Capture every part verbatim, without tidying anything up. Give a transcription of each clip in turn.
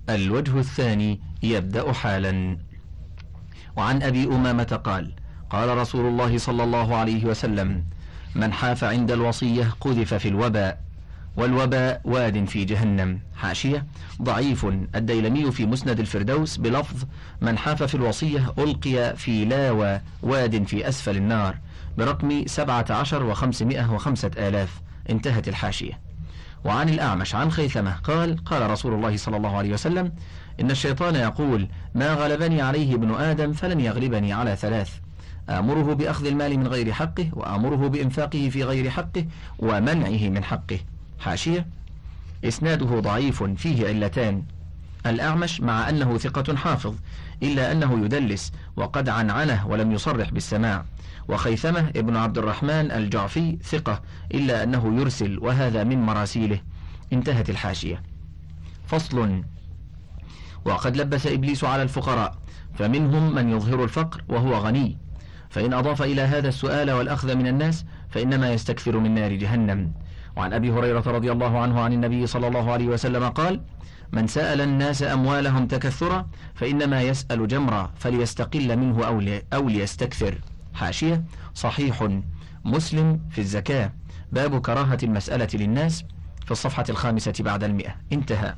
الوجه الثاني يبدأ حالا. وعن أبي أمامة قال: قال رسول الله صلى الله عليه وسلم: من حاف عند الوصية قذف في الوباء، والوباء واد في جهنم. حاشية: ضعيف. الديلمي في مسند الفردوس بلفظ: من حاف في الوصية ألقي في لاوى واد في أسفل النار، برقم سبعة عشر وخمسمائة وخمسة آلاف. انتهت الحاشية. وعن الأعمش عن خيثمة قال: قال رسول الله صلى الله عليه وسلم: إن الشيطان يقول: ما غلبني عليه ابن آدم فلن يغلبني على ثلاث: آمره بأخذ المال من غير حقه، وآمره بإنفاقه في غير حقه، ومنعه من حقه. حاشية: إسناده ضعيف فيه علتان: الأعمش مع أنه ثقة حافظ إلا أنه يدلس وقد عنعنه ولم يصرح بالسماع، وخيثمة ابن عبد الرحمن الجعفي ثقة إلا أنه يرسل وهذا من مراسيله. انتهت الحاشية. فصل: وقد لبس إبليس على الفقراء، فمنهم من يظهر الفقر وهو غني، فإن أضاف إلى هذا السؤال والأخذ من الناس فإنما يستكثر من نار جهنم. وعن أبي هريرة رضي الله عنه عن النبي صلى الله عليه وسلم قال: من سأل الناس أموالهم تكثرا فإنما يسأل جمرا، فليستقل منه أو, لي أو ليستكثر. حاشية: صحيح مسلم في الزكاة، باب كراهة المسألة للناس، في الصفحة الخامسة بعد المئة. انتهى.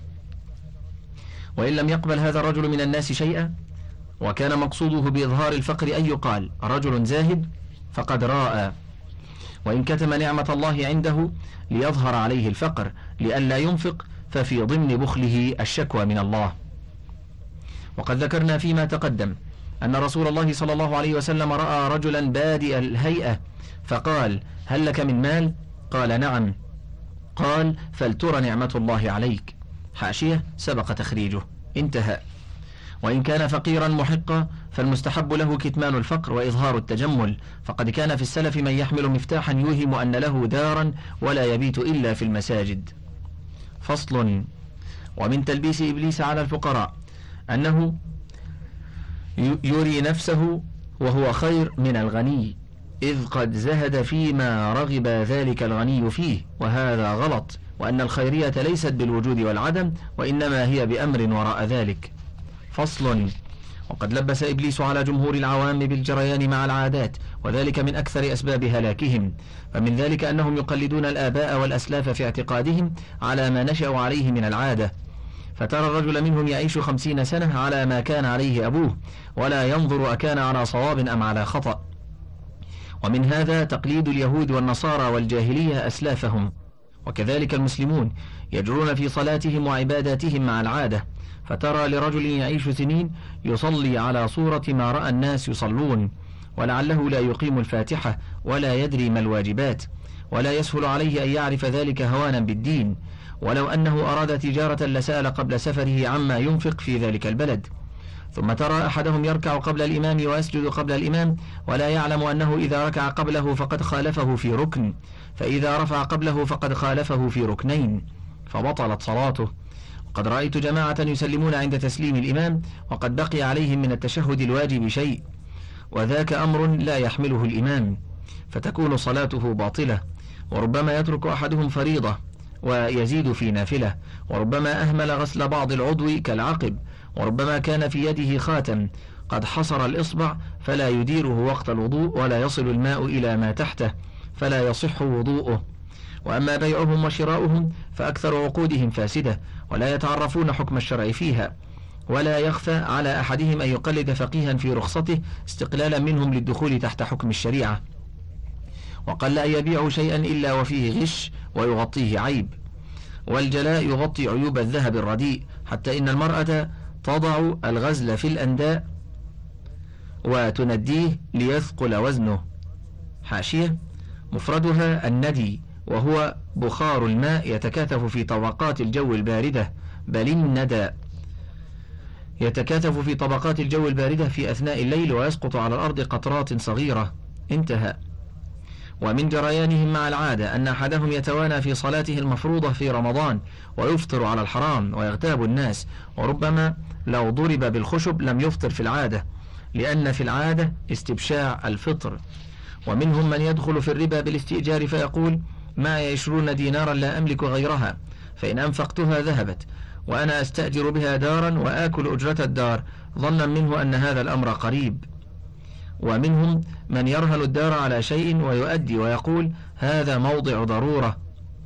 وإن لم يقبل هذا الرجل من الناس شيئا، وكان مقصوده بإظهار الفقر أن يقال: رجل زاهد فقد راء. وإن كتم نعمة الله عنده ليظهر عليه الفقر لئلا ينفق، ففي ضمن بخله الشكوى من الله. وقد ذكرنا فيما تقدم أن رسول الله صلى الله عليه وسلم رأى رجلا بادئ الهيئة فقال: هل لك من مال؟ قال: نعم. قال: فلتر نعمة الله عليك. حاشية: سبق تخريجه. انتهى. وإن كان فقيرا محقا فالمستحب له كتمان الفقر وإظهار التجمل، فقد كان في السلف من يحمل مفتاحا يوهم أن له دارا ولا يبيت إلا في المساجد. فصل: ومن تلبيس إبليس على الفقراء أنه يري نفسه وهو خير من الغني، إذ قد زهد فيما رغب ذلك الغني فيه، وهذا غلط، وأن الخيرية ليست بالوجود والعدم، وإنما هي بأمر وراء ذلك. فصل: وقد لبس إبليس على جمهور العوام بالجريان مع العادات، وذلك من أكثر أسباب هلاكهم، فمن ذلك أنهم يقلدون الآباء والأسلاف في اعتقادهم على ما نشأوا عليه من العادة، فترى الرجل منهم يعيش خمسين سنة على ما كان عليه أبوه، ولا ينظر أكان على صواب أم على خطأ. ومن هذا تقليد اليهود والنصارى والجاهلية أسلافهم، وكذلك المسلمون يجرون في صلاتهم وعباداتهم مع العادة، فترى لرجل يعيش سنين يصلي على صورة ما رأى الناس يصلون، ولعله لا يقيم الفاتحة ولا يدري ما الواجبات، ولا يسهل عليه أن يعرف ذلك هوانا بالدين، ولو أنه أراد تجارة لسأل قبل سفره عما ينفق في ذلك البلد. ثم ترى أحدهم يركع قبل الإمام ويسجد قبل الإمام، ولا يعلم أنه إذا ركع قبله فقد خالفه في ركن، فإذا رفع قبله فقد خالفه في ركنين، فبطلت صلاته. وقد رأيت جماعة يسلمون عند تسليم الإمام وقد بقي عليهم من التشهد الواجب شيء، وذاك أمر لا يحمله الإمام، فتكون صلاته باطلة. وربما يترك أحدهم فريضة ويزيد في نافلة، وربما أهمل غسل بعض العضو كالعقب، وربما كان في يده خاتم قد حصر الإصبع فلا يديره وقت الوضوء، ولا يصل الماء إلى ما تحته فلا يصح وضوءه. وأما بيعهم وشراؤهم فأكثر عقودهم فاسدة، ولا يتعرفون حكم الشرع فيها، ولا يخفى على أحدهم أن يقلد فقيها في رخصته استقلالا منهم للدخول تحت حكم الشريعة. وقل أن يبيع شيئا إلا وفيه غش ويغطيه عيب، والجلاء يغطي عيوب الذهب الرديء، حتى إن المرأة تضع الغزل في الأنداء وتنديه ليثقل وزنه. حاشية: مفردها الندي، وهو بخار الماء يتكاثف في طبقات الجو الباردة، بل الندى يتكاثف في طبقات الجو الباردة في أثناء الليل ويسقط على الأرض قطرات صغيرة. انتهى. ومن جريانهم مع العادة أن أحدهم يتوانى في صلاته المفروضة في رمضان ويفطر على الحرام ويغتاب الناس، وربما لو ضرب بالخشب لم يفطر في العادة، لأن في العادة استبشاع الفطر. ومنهم من يدخل في الربا بالاستئجار فيقول: معي عشرون دينارا لا أملك غيرها، فإن أنفقتها ذهبت، وأنا أستأجر بها دارا وآكل أجرة الدار ظنا منه أن هذا الأمر قريب. ومنهم من يرهن الدار على شيء ويؤدي ويقول هذا موضع ضرورة،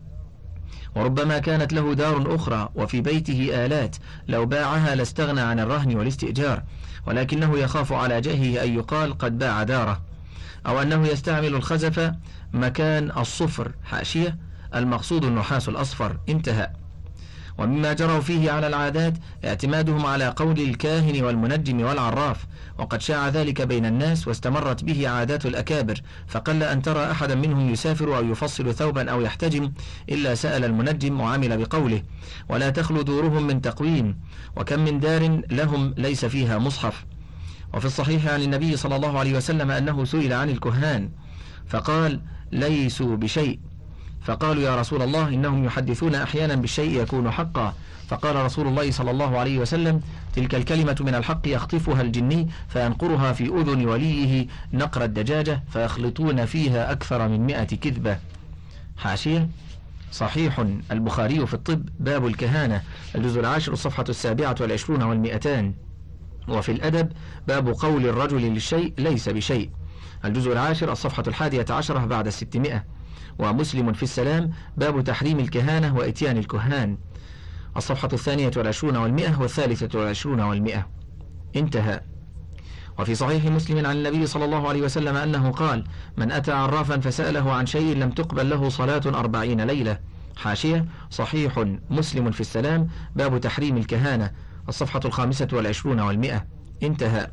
وربما كانت له دار أخرى وفي بيته آلات لو باعها لاستغنى عن الرهن والاستئجار، ولكنه يخاف على جهه أن يقال قد باع داره، أو أنه يستعمل الخزف مكان الصفر. حاشية: المقصود النحاس الأصفر. انتهى. ومما جروا فيه على العادات اعتمادهم على قول الكاهن والمنجم والعراف، وقد شاع ذلك بين الناس واستمرت به عادات الأكابر، فقل أن ترى أحدا منهم يسافر أو يفصل ثوبا أو يحتجم إلا سأل المنجم وعمل بقوله، ولا تخلو دورهم من تقويم، وكم من دار لهم ليس فيها مصحف. وفي الصحيح عن النبي صلى الله عليه وسلم أنه سئل عن الكهان فقال ليسوا بشيء، فقالوا يا رسول الله إنهم يحدثون أحيانا بالشيء يكون حقا، فقال رسول الله صلى الله عليه وسلم تلك الكلمة من الحق يخطفها الجني فينقرها في أذن وليه نقر الدجاجة فيخلطون فيها أكثر من مئة كذبة. حاشية: صحيح البخاري في الطب باب الكهانة الجزء العاشر الصفحة السابعة والعشرون والمئتان. وفي الأدب باب قول الرجل للشيء ليس بشيء الجزء العاشر الصفحة الحادية عشرة بعد الستمائة. ومسلم في السلام باب تحريم الكهانة وإتيان الكهان الصفحة الثانية والعشرون والمئة والثالثة والعشرون والمئة. انتهى. وفي صحيح مسلم عن النبي صلى الله عليه وسلم أنه قال من أتى عرافا فسأله عن شيء لم تقبل له صلاة أربعين ليلة. حاشية: صحيح مسلم في السلام باب تحريم الكهانة الصفحة الخامسة والعشرون والمئة. انتهى.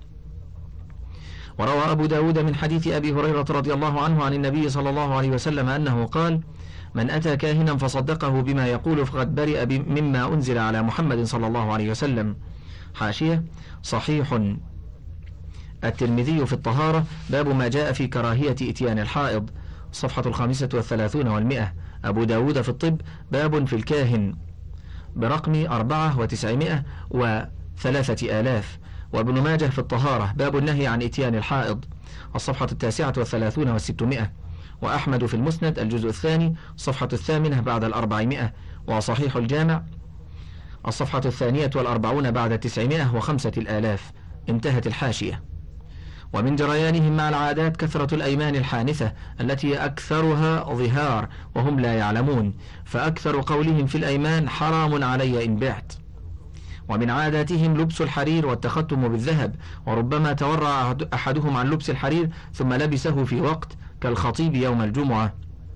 وروى أبو داود من حديث أبي هريرة رضي الله عنه عن النبي صلى الله عليه وسلم أنه قال من أتى كاهنا فصدقه بما يقول فقد برئ مما أنزل على محمد صلى الله عليه وسلم. حاشية: صحيح الترمذي في الطهارة باب ما جاء في كراهية إتيان الحائض الصفحة الخامسة والثلاثون والمئة. أبو داود في الطب باب في الكاهن برقم أربعة وتسعمائة وثلاثة آلاف. وابن ماجه في الطهارة باب النهي عن إتيان الحائض الصفحة التاسعة والثلاثون والستمائة. وأحمد في المسند الجزء الثاني صفحة الثامنة بعد الأربعمائة. وصحيح الجامع الصفحة الثانية والأربعون بعد تسعمائة وخمسة الآلاف. انتهت الحاشية. ومن جريانهم مع العادات كثرة الأيمان الحانثة التي أكثرها ظهار وهم لا يعلمون، فأكثر قولهم في الأيمان حرام علي إن بعت. ومن عاداتهم لبس الحرير والتختم بالذهب، وربما تورع أحدهم عن لبس الحرير ثم لبسه في وقت كالخطيب يوم الجمعة.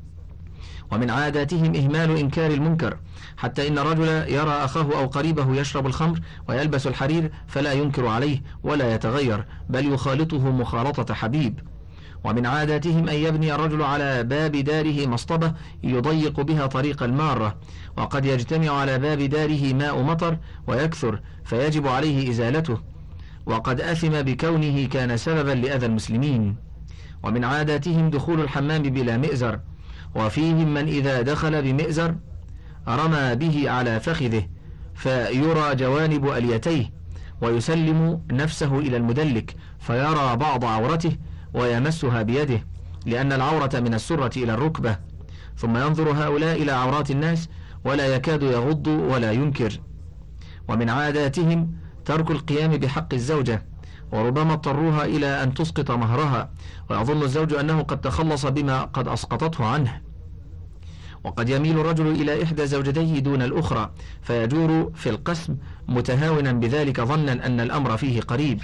ومن عاداتهم إهمال إنكار المنكر، حتى إن الرجل يرى أخاه أو قريبه يشرب الخمر ويلبس الحرير فلا ينكر عليه ولا يتغير، بل يخالطه مخالطة حبيب. ومن عاداتهم أن يبني الرجل على باب داره مصطبة يضيق بها طريق المارة، وقد يجتمع على باب داره ماء مطر ويكثر فيجب عليه إزالته، وقد أثم بكونه كان سببا لأذى المسلمين. ومن عاداتهم دخول الحمام بلا مئزر، وفيهم من إذا دخل بمئزر رمى به على فخذه فيرى جوانب أليتيه، ويسلم نفسه إلى المدلك فيرى بعض عورته ويمسها بيده، لأن العورة من السرة إلى الركبة، ثم ينظر هؤلاء إلى عورات الناس ولا يكاد يغض ولا ينكر. ومن عاداتهم ترك القيام بحق الزوجة، وربما اضطروها إلى أن تسقط مهرها، ويظن الزوج أنه قد تخلص بما قد أسقطته عنه. وقد يميل الرجل إلى إحدى زوجتيه دون الأخرى فيجور في القسم متهاونا بذلك ظنا أن الأمر فيه قريب.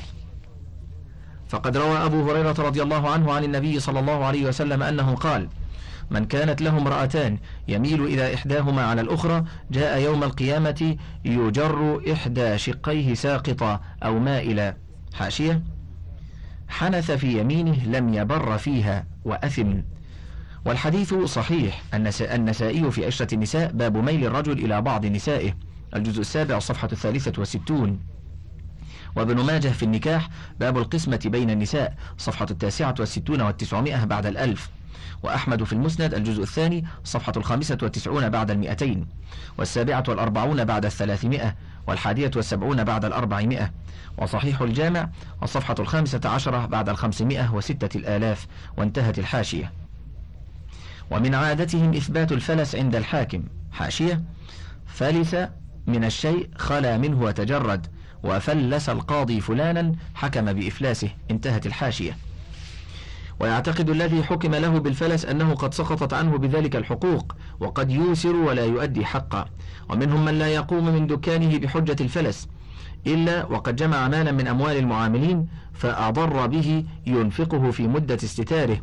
فقد روى أبو هريرة رضي الله عنه عن النبي صلى الله عليه وسلم أنه قال من كانت له امرأتان يميل إلى إحداهما على الأخرى جاء يوم القيامة يجر إحدى شقيه ساقطا أو مائلا. حاشية: حنث في يمينه لم يبر فيها وأثم. والحديث صحيح. النسائي في عشرة النساء باب ميل الرجل إلى بعض نسائه الجزء السابع الصفحة الثالثة والستون. وابن ماجه في النكاح باب القسمة بين النساء صفحة التاسعة والستون والتسعمائة بعد الألف. وأحمد في المسند الجزء الثاني صفحة الخامسة والتسعون بعد المئتين، والسابعة والأربعون بعد الثلاثمائة، والحادية والسبعون بعد الأربعمائة. وصحيح الجامع الصفحة الخامسة عشرة بعد الخمسمائة وستة الآلاف. وانتهت الحاشية. ومن عادتهم إثبات الفلس عند الحاكم. حاشية: فلس من الشيء خلا منه وتجرد، وفلس القاضي فلانا حكم بإفلاسه. انتهت الحاشية. ويعتقد الذي حكم له بالفلس أنه قد سقطت عنه بذلك الحقوق، وقد يوسر ولا يؤدي حقه. ومنهم من لا يقوم من دكانه بحجة الفلس إلا وقد جمع مالا من أموال المعاملين فأضر به ينفقه في مدة استتاره،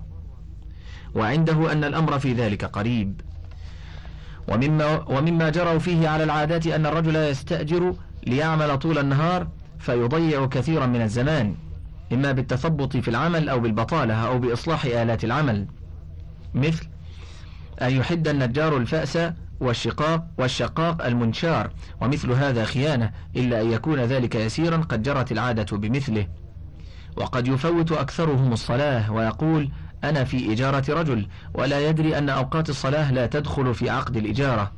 وعنده أن الأمر في ذلك قريب. ومما, ومما جروا فيه على العادات أن الرجل يستأجر ليعمل طول النهار فيضيع كثيرا من الزمان، إما بالتثبط في العمل أو بالبطالة أو بإصلاح آلات العمل، مثل أن يحد النجار الفأس والشقاق والشقاق المنشار، ومثل هذا خيانة، إلا أن يكون ذلك يسيرا قد جرت العادة بمثله. وقد يفوت أكثرهم الصلاة ويقول أنا في إجارة رجل، ولا يدري أن أوقات الصلاة لا تدخل في عقد الإجارة.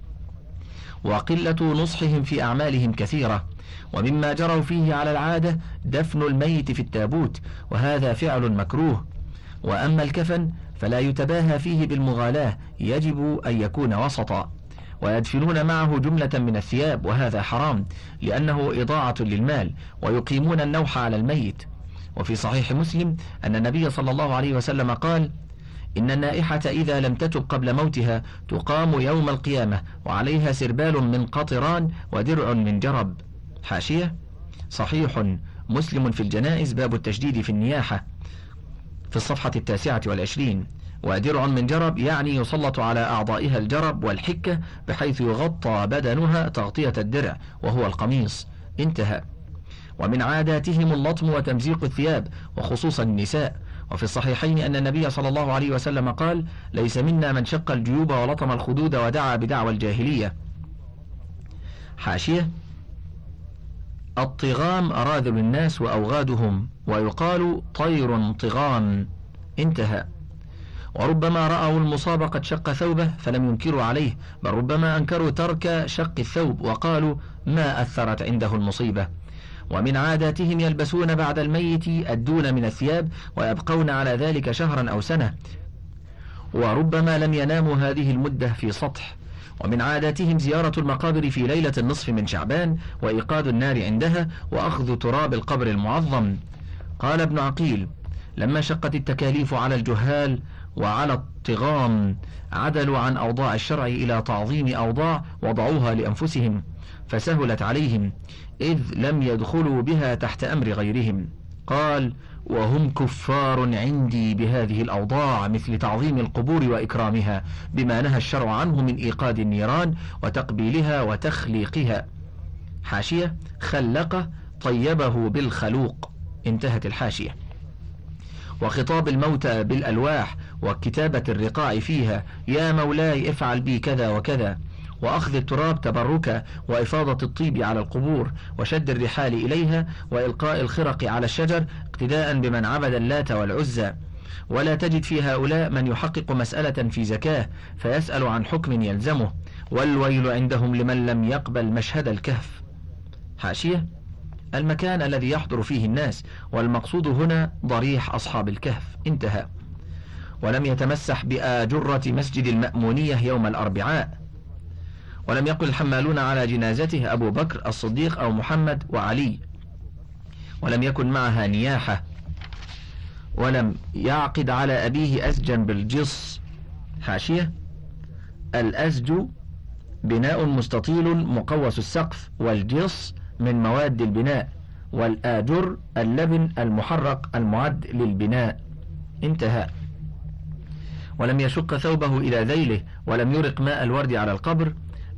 وقلة نصحهم في أعمالهم كثيرة. ومما جروا فيه على العادة دفن الميت في التابوت، وهذا فعل مكروه. وأما الكفن فلا يتباهى فيه بالمغالاة، يجب أن يكون وسطا. ويدفنون معه جملة من الثياب، وهذا حرام لأنه إضاعة للمال، ويقيمون النوح على الميت. وفي صحيح مسلم أن النبي صلى الله عليه وسلم قال إن النائحة إذا لم تتب قبل موتها تقام يوم القيامة وعليها سربال من قطران ودرع من جرب. حاشية: صحيح مسلم في الجنائز باب التشديد في النياحة في الصفحة التاسعة والعشرين. ودرع من جرب يعني يسلط على أعضائها الجرب والحكة بحيث يغطى بدنها تغطية الدرع وهو القميص. انتهى. ومن عاداتهم اللطم وتمزيق الثياب وخصوصا النساء. وفي الصحيحين أن النبي صلى الله عليه وسلم قال ليس منا من شق الجيوب ولطم الخدود ودعا بدعوى الجاهلية. حاشية: الطغام أراذل الناس وأوغادهم، ويقال طير طغام. انتهى. وربما رأوا المصاب قد شق ثوبه فلم ينكروا عليه، بل ربما أنكروا ترك شق الثوب وقالوا ما أثرت عنده المصيبة. ومن عاداتهم يلبسون بعد الميت الدون من الثياب ويبقون على ذلك شهرا أو سنة، وربما لم يناموا هذه المدة في سطح. ومن عاداتهم زيارة المقابر في ليلة النصف من شعبان وإيقاد النار عندها وأخذ تراب القبر المعظم. قال ابن عقيل لما شقت التكاليف على الجهال وعلى الطغام عدلوا عن أوضاع الشرع إلى تعظيم أوضاع وضعوها لأنفسهم فسهلت عليهم، إذ لم يدخلوا بها تحت أمر غيرهم. قال وهم كفار عندي بهذه الأوضاع، مثل تعظيم القبور وإكرامها بما نهى الشرع عنه من إيقاد النيران وتقبيلها وتخليقها. حاشية: خلقه طيبه بالخلوق. انتهت الحاشية. وخطاب الموتى بالألواح وكتابة الرقاع فيها يا مولاي افعل بي كذا وكذا، وأخذ التراب تبركا وإفاضة الطيب على القبور وشد الرحال إليها وإلقاء الخرق على الشجر اقتداء بمن عبد اللات والعزى. ولا تجد في هؤلاء من يحقق مسألة في زكاة فيسأل عن حكم يلزمه، والويل عندهم لمن لم يقبل مشهد الكهف. حاشية: المكان الذي يحضر فيه الناس، والمقصود هنا ضريح أصحاب الكهف. انتهى. ولم يتمسح بآجرة مسجد المأمونية يوم الأربعاء. ولم يقل الحمالون على جنازته أبو بكر الصديق أو محمد وعلي. ولم يكن معها نياحة. ولم يعقد على أبيه أزجا بالجص. حاشية: الأزج بناء مستطيل مقوس السقف، والجص من مواد البناء، والآجر اللبن المحرق المعد للبناء. انتهى. ولم يشق ثوبه إلى ذيله، ولم يرق ماء الورد على القبر،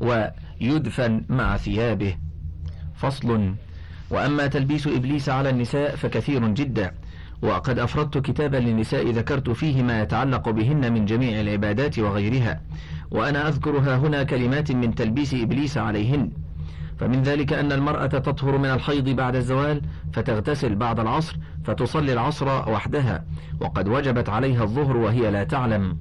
ويدفن مع ثيابه. فصل. وأما تلبيس إبليس على النساء فكثير جدا، وقد أفردت كتابا للنساء ذكرت فيه ما يتعلق بهن من جميع العبادات وغيرها، وأنا أذكرها هنا كلمات من تلبيس إبليس عليهن. فمن ذلك أن المرأة تطهر من الحيض بعد الزوال فتغتسل بعد العصر فتصلي العصر وحدها، وقد وجبت عليها الظهر وهي لا تعلم.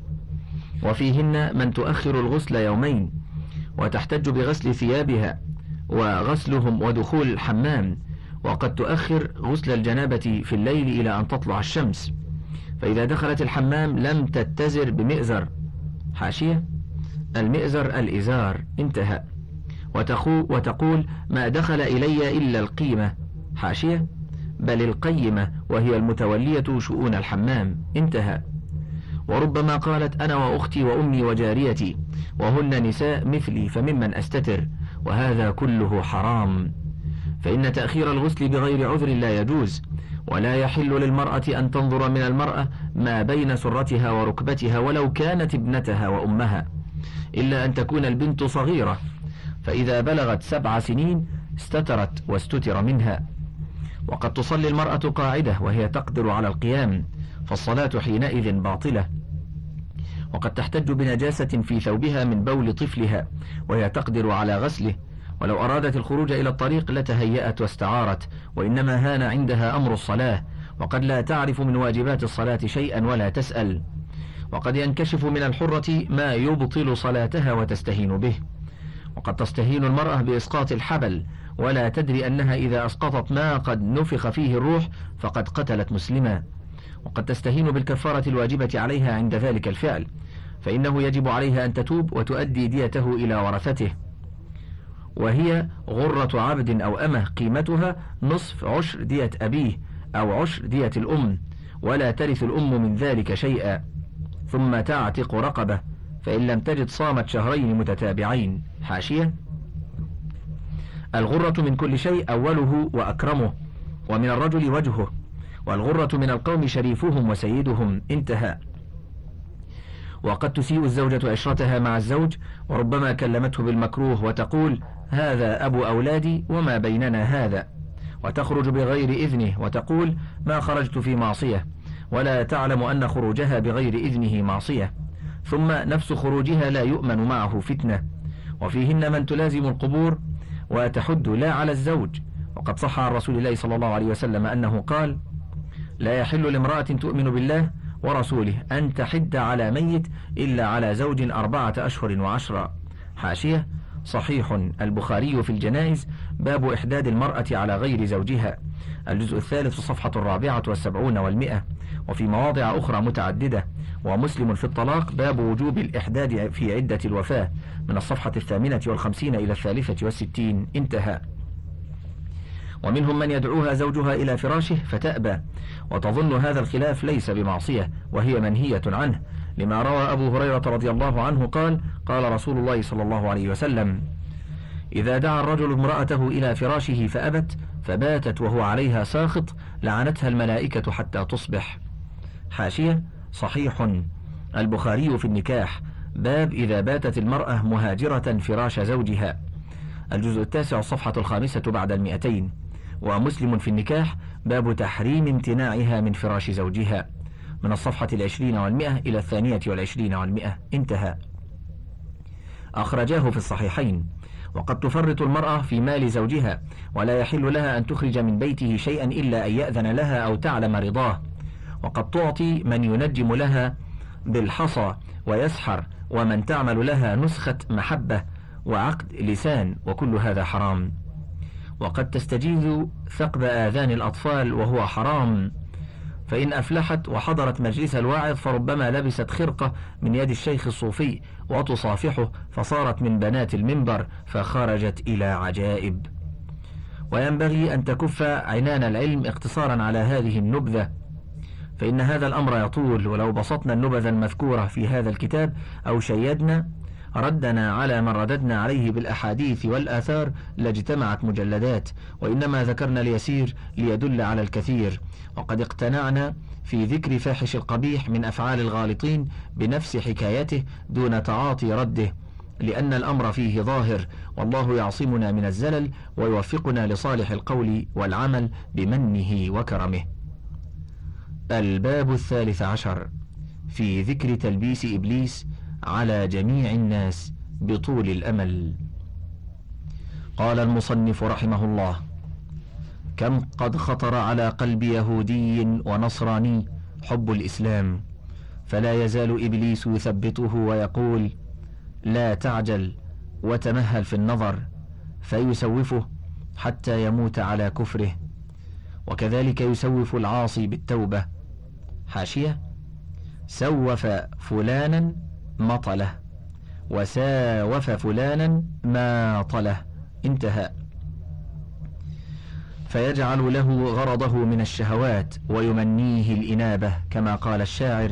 وفيهن من تؤخر الغسل يومين وتحتج بغسل ثيابها وغسلهم ودخول الحمام، وقد تؤخر غسل الجنابة في الليل إلى أن تطلع الشمس، فإذا دخلت الحمام لم تتزر بمئزر. حاشية: المئزر الإزار. انتهى. وتقول ما دخل إلي إلا القيمة. حاشية: بل القيمة، وهي المتولية شؤون الحمام. انتهى. وربما قالت أنا وأختي وأمي وجاريتي، وهن نساء مثلي فممن أستتر، وهذا كله حرام، فإن تأخير الغسل بغير عذر لا يجوز، ولا يحل للمرأة أن تنظر من المرأة ما بين سرتها وركبتها ولو كانت ابنتها وأمها، إلا أن تكون البنت صغيرة، فإذا بلغت سبع سنين استترت واستتر منها. وقد تصلي المرأة قاعدة وهي تقدر على القيام، فالصلاة حينئذ باطلة. وقد تحتج بنجاسة في ثوبها من بول طفلها وهي تقدر على غسله، ولو أرادت الخروج إلى الطريق لتهيأت واستعارت، وإنما هان عندها أمر الصلاة، وقد لا تعرف من واجبات الصلاة شيئا ولا تسأل. وقد ينكشف من الحرة ما يبطل صلاتها وتستهين به. وقد تستهين المرأة بإسقاط الحبل ولا تدري أنها إذا أسقطت ما قد نفخ فيه الروح فقد قتلت مسلما. وقد تستهين بالكفارة الواجبة عليها عند ذلك الفعل، فإنه يجب عليها أن تتوب وتؤدي ديته إلى ورثته، وهي غرة عبد أو أمه قيمتها نصف عشر دية أبيه أو عشر دية الأم، ولا ترث الأم من ذلك شيئا، ثم تعتق رقبة، فإن لم تجد صامت شهرين متتابعين. حاشية: الغرة من كل شيء أوله وأكرمه، ومن الرجل وجهه، والغرة من القوم شريفهم وسيدهم. انتهى. وقد تسيء الزوجة عشرتها مع الزوج، وربما كلمته بالمكروه وتقول هذا أبو أولادي وما بيننا هذا، وتخرج بغير إذنه وتقول ما خرجت في معصية، ولا تعلم أن خروجها بغير إذنه معصية، ثم نفس خروجها لا يؤمن معه فتنة. وفيهن من تلازم القبور وتحد لا على الزوج. وقد صح عن رسول الله صلى الله عليه وسلم أنه قال لا يحل لامرأة تؤمن بالله ورسوله أن تحد على ميت إلا على زوج أربعة أشهر وعشرة. حاشية: صحيح البخاري في الجنائز باب إحداد المرأة على غير زوجها، الجزء الثالث صفحة الرابعة والسبعون والمئة، وفي مواضع أخرى متعددة. ومسلم في الطلاق باب وجوب الإحداد في عدة الوفاة من الصفحة الثامنة والخمسين إلى الثالثة والستين. انتهى. ومنهم من يدعوها زوجها إلى فراشه فتأبى، وتظن هذا الخلاف ليس بمعصية وهي منهية عنه، لما روى أبو هريرة رضي الله عنه قال قال رسول الله صلى الله عليه وسلم إذا دعا الرجل امرأته إلى فراشه فأبت فباتت وهو عليها ساخط لعنتها الملائكة حتى تصبح. حاشية: صحيح البخاري في النكاح باب إذا باتت المرأة مهاجرة فراش زوجها، الجزء التاسع الصفحة الخامسة بعد المئتين. ومسلم في النكاح باب تحريم امتناعها من فراش زوجها من الصفحة العشرين والمئة إلى الثانية والعشرين والمئة. انتهى. أخرجاه في الصحيحين. وقد تفرط المرأة في مال زوجها، ولا يحل لها أن تخرج من بيته شيئا إلا أن يأذن لها أو تعلم رضاه. وقد تعطي من ينجم لها بالحصى ويسحر، ومن تعمل لها نسخة محبة وعقد لسان، وكل هذا حرام. وقد تستجيز ثقب آذان الأطفال وهو حرام، فإن أفلحت وحضرت مجلس الواعظ فربما لبست خرقة من يد الشيخ الصوفي وتصافحه فصارت من بنات المنبر فخرجت إلى عجائب. وينبغي أن تكف عنان العلم اقتصارا على هذه النبذة، فإن هذا الأمر يطول، ولو بسطنا النبذ المذكورة في هذا الكتاب أو شيدنا ردنا على من رددنا عليه بالأحاديث والآثار لاجتمعت مجلدات، وإنما ذكرنا اليسير ليدل على الكثير. وقد اقتنعنا في ذكر فاحش القبيح من أفعال الغالطين بنفس حكايته دون تعاطي رده، لأن الأمر فيه ظاهر، والله يعصمنا من الزلل ويوفقنا لصالح القول والعمل بمنه وكرمه. الباب الثالث عشر في ذكر تلبيس إبليس على جميع الناس بطول الأمل. قال المصنف رحمه الله: كم قد خطر على قلب يهودي ونصراني حب الإسلام، فلا يزال إبليس يثبته ويقول لا تعجل وتمهل في النظر، فيسوفه حتى يموت على كفره، وكذلك يسوف العاصي بالتوبة. حاشية: سوف فلانا مطله، وساوف فلانا ماطله، انتهى. فيجعل له غرضه من الشهوات ويمنيه الإنابة، كما قال الشاعر: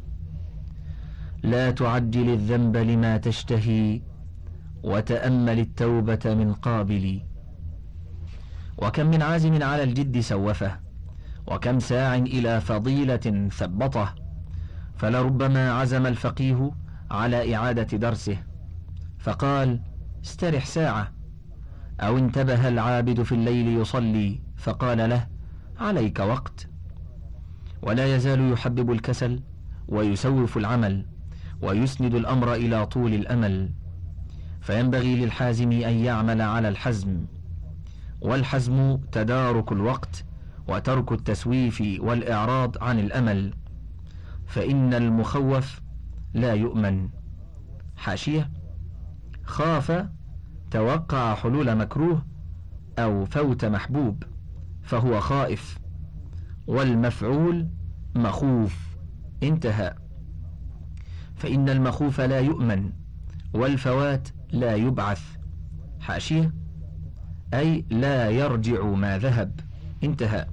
لا تعجل الذنب لما تشتهي وتأمل التوبة من قابل. وكم من عازم على الجد سوفه، وكم ساع إلى فضيلة ثبطه، فلربما عزم الفقيه على إعادة درسه فقال: استرح ساعة، أو انتبه العابد في الليل يصلي فقال له: عليك وقت. ولا يزال يحبب الكسل ويسوف العمل ويسند الأمر إلى طول الأمل، فينبغي للحازم أن يعمل على الحزم، والحزم تدارك الوقت وترك التسويف والإعراض عن الأمل، فإن المخوف لا يؤمن. حاشية: خاف توقع حلول مكروه أو فوت محبوب فهو خائف، والمفعول مخوف، انتهى. فإن المخوف لا يؤمن والفوات لا يبعث. حاشية: أي لا يرجع ما ذهب، انتهى.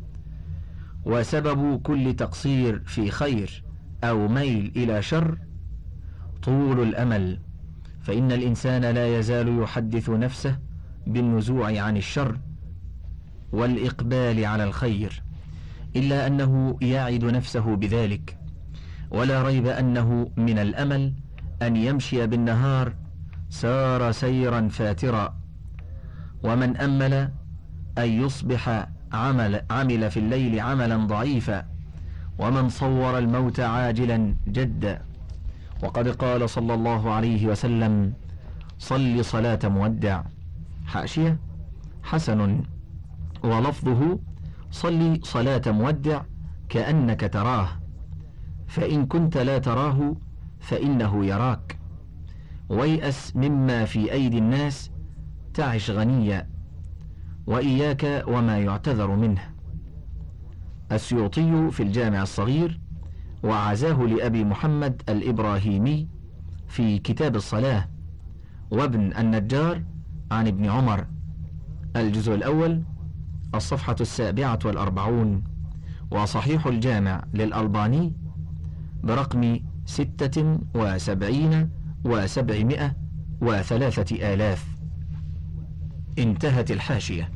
وسبب كل تقصير في خير أو ميل إلى شر طول الأمل، فإن الإنسان لا يزال يحدث نفسه بالنزوع عن الشر والإقبال على الخير، إلا أنه يعد نفسه بذلك. ولا ريب أنه من الأمل أن يمشي بالنهار سار سيرا فاترا، ومن أمل أن يصبح عمل, عمل في الليل عملا ضعيفا، ومن صور الموت عاجلا جدا. وقد قال صلى الله عليه وسلم: صل صلاة مودع. حاشية: حسن، ولفظه: صل صلاة مودع كأنك تراه، فإن كنت لا تراه فإنه يراك، ويأس مما في أيدي الناس تعش غنيا، وإياك وما يعتذر منه. السيوطي في الجامع الصغير، وعزاه لأبي محمد الإبراهيمي في كتاب الصلاة، وابن النجار عن ابن عمر، الجزء الأول الصفحة السابعة والأربعون، وصحيح الجامع للألباني برقم ستة وسبعين وسبعمائة وثلاثة آلاف. انتهت الحاشية.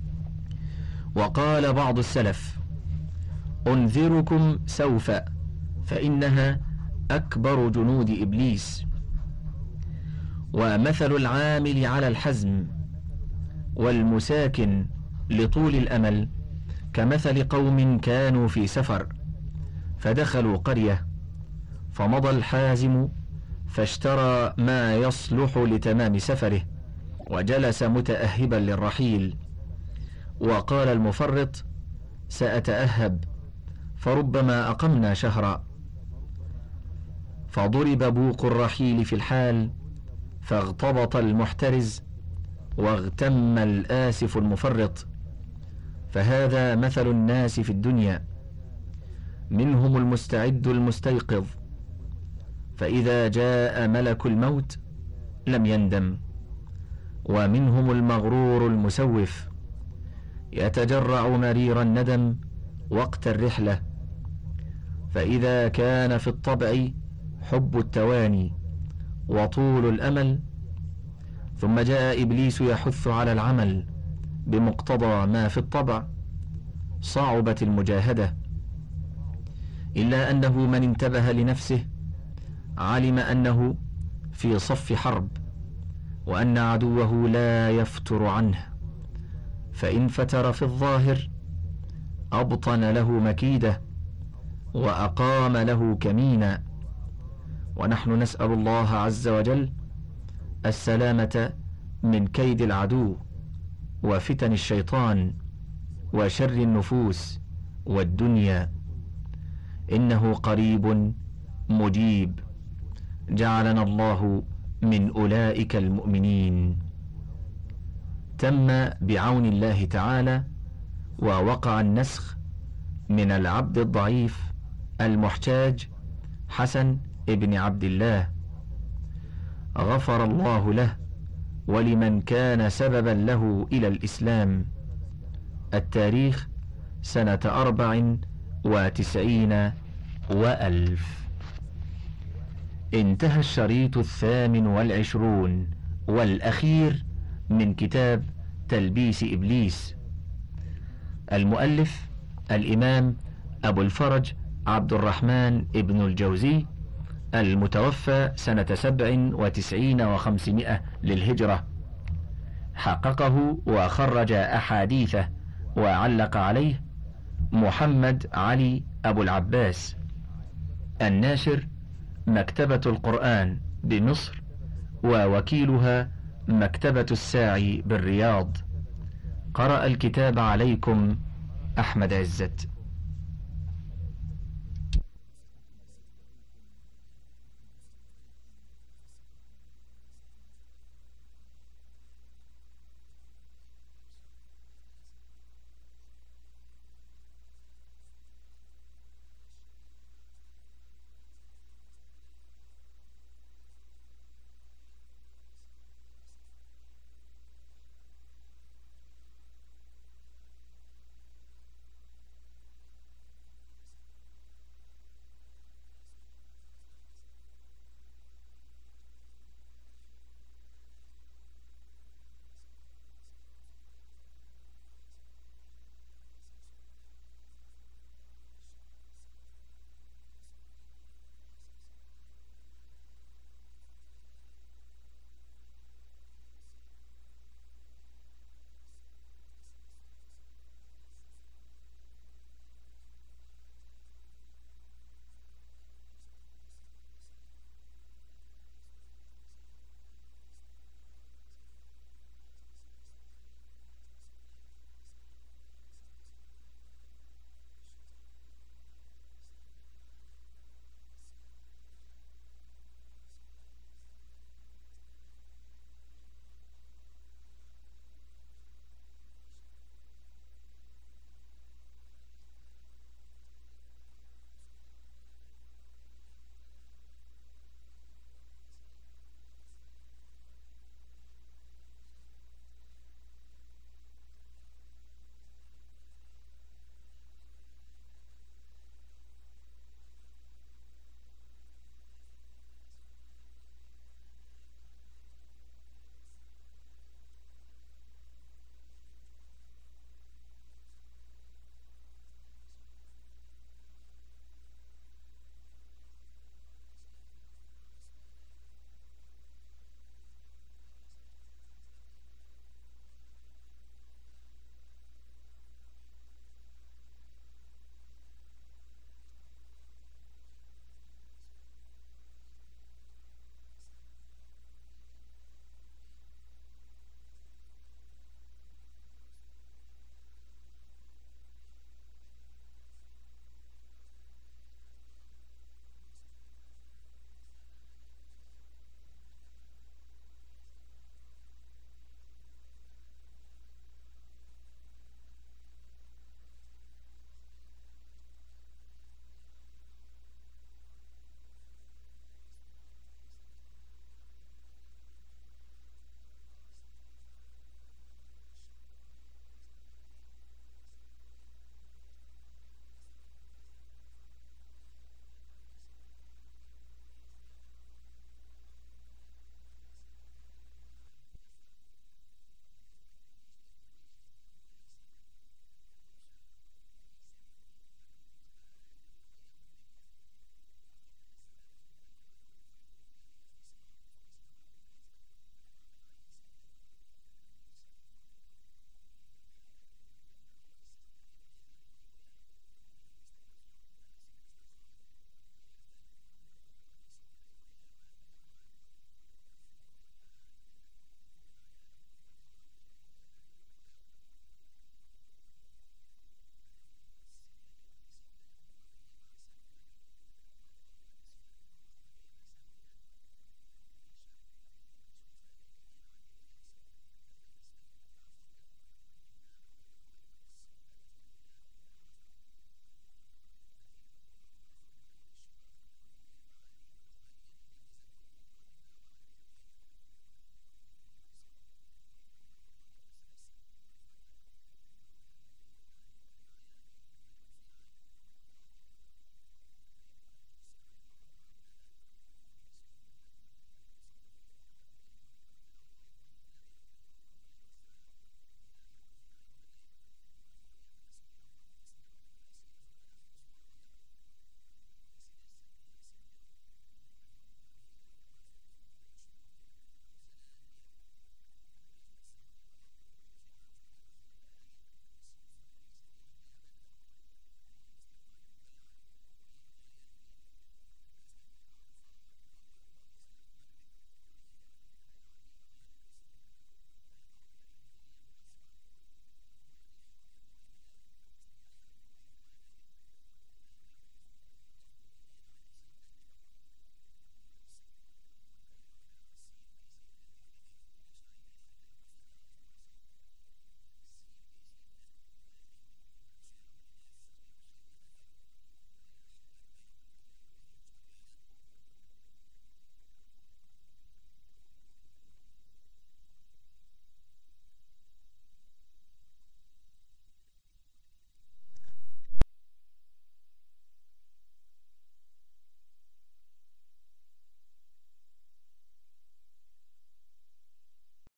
وقال بعض السلف: أنذركم سوف، فإنها أكبر جنود إبليس. ومثل العامل على الحزم والمساكن لطول الأمل كمثل قوم كانوا في سفر فدخلوا قرية، فمضى الحازم فاشترى ما يصلح لتمام سفره وجلس متأهبا للرحيل، وقال المفرط: سأتأهب، فربما أقمنا شهرا. فضرب بوق الرحيل في الحال، فاغتبط المحترز واغتم الآسف المفرط. فهذا مثل الناس في الدنيا، منهم المستعد المستيقظ، فإذا جاء ملك الموت لم يندم، ومنهم المغرور المسوف، يتجرع مرير الندم وقت الرحلة، فإذا كان في الطبع حب التواني وطول الأمل، ثم جاء إبليس يحث على العمل بمقتضى ما في الطبع، صعبت المجاهدة. إلا أنه من انتبه لنفسه علم أنه في صف حرب، وأن عدوه لا يفتر عنه، فإن فتر في الظاهر أبطن له مكيدة وأقام له كمينا. ونحن نسأل الله عز وجل السلامة من كيد العدو وفتن الشيطان وشر النفوس والدنيا، إنه قريب مجيب. جعلنا الله من أولئك المؤمنين. تم بعون الله تعالى، ووقع النسخ من العبد الضعيف المحتاج حسن ابن عبد الله، غفر الله له ولمن كان سببا له إلى الإسلام. التاريخ سنة أربع وتسعين وألف. انتهى الشريط الثامن والعشرون والأخير من كتاب تلبيس إبليس. المؤلف الإمام أبو الفرج عبد الرحمن ابن الجوزي، المتوفى سنة سبع وتسعين وخمسمائة للهجرة. حققه وخرج أحاديثه وعلق عليه محمد علي أبو العباس. الناشر مكتبة القرآن بمصر، ووكيلها مكتبة الساعي بالرياض. قرأ الكتاب عليكم أحمد عزت.